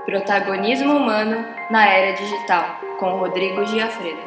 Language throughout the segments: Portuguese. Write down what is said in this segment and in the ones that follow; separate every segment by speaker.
Speaker 1: Protagonismo humano na era digital, com Rodrigo Giafredo.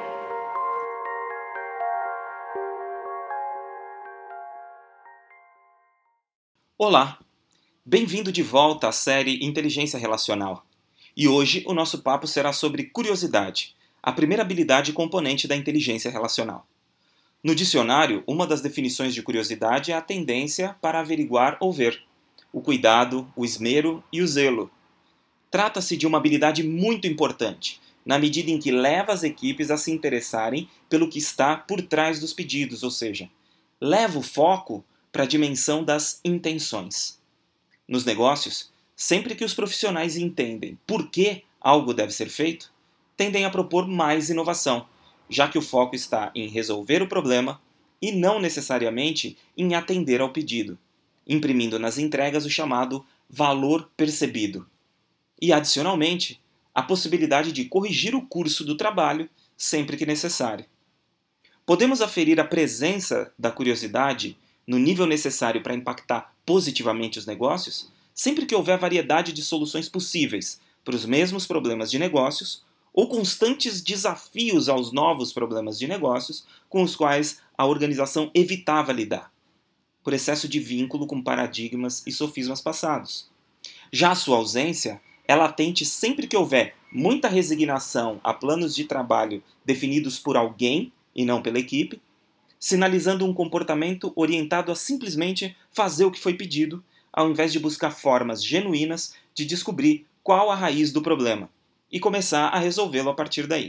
Speaker 2: Olá, bem-vindo de volta à série Inteligência Relacional. E hoje o nosso papo será sobre curiosidade, a primeira habilidade e componente da inteligência relacional. No dicionário, uma das definições de curiosidade é a tendência para averiguar ou ver, o cuidado, o esmero e o zelo. Trata-se de uma habilidade muito importante, na medida em que leva as equipes a se interessarem pelo que está por trás dos pedidos, ou seja, leva o foco para a dimensão das intenções. Nos negócios, sempre que os profissionais entendem por que algo deve ser feito, tendem a propor mais inovação, já que o foco está em resolver o problema e não necessariamente em atender ao pedido, imprimindo nas entregas o chamado valor percebido. E, adicionalmente, a possibilidade de corrigir o curso do trabalho sempre que necessário. Podemos aferir a presença da curiosidade no nível necessário para impactar positivamente os negócios sempre que houver variedade de soluções possíveis para os mesmos problemas de negócios ou constantes desafios aos novos problemas de negócios com os quais a organização evitava lidar, por excesso de vínculo com paradigmas e sofismas passados. Já a sua ausência é latente sempre que houver muita resignação a planos de trabalho definidos por alguém e não pela equipe, sinalizando um comportamento orientado a simplesmente fazer o que foi pedido, ao invés de buscar formas genuínas de descobrir qual a raiz do problema e começar a resolvê-lo a partir daí.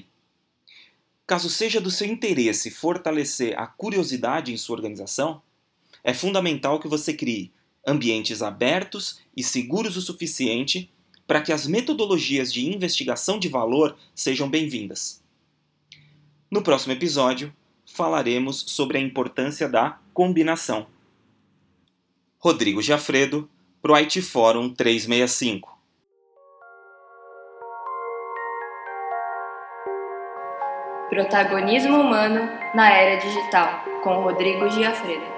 Speaker 2: Caso seja do seu interesse fortalecer a curiosidade em sua organização, é fundamental que você crie ambientes abertos e seguros o suficiente para que as metodologias de investigação de valor sejam bem-vindas. No próximo episódio, falaremos sobre a importância da combinação. Rodrigo Giafredo, para o IT Forum 365.
Speaker 1: Protagonismo humano na era digital, com Rodrigo Giafredo.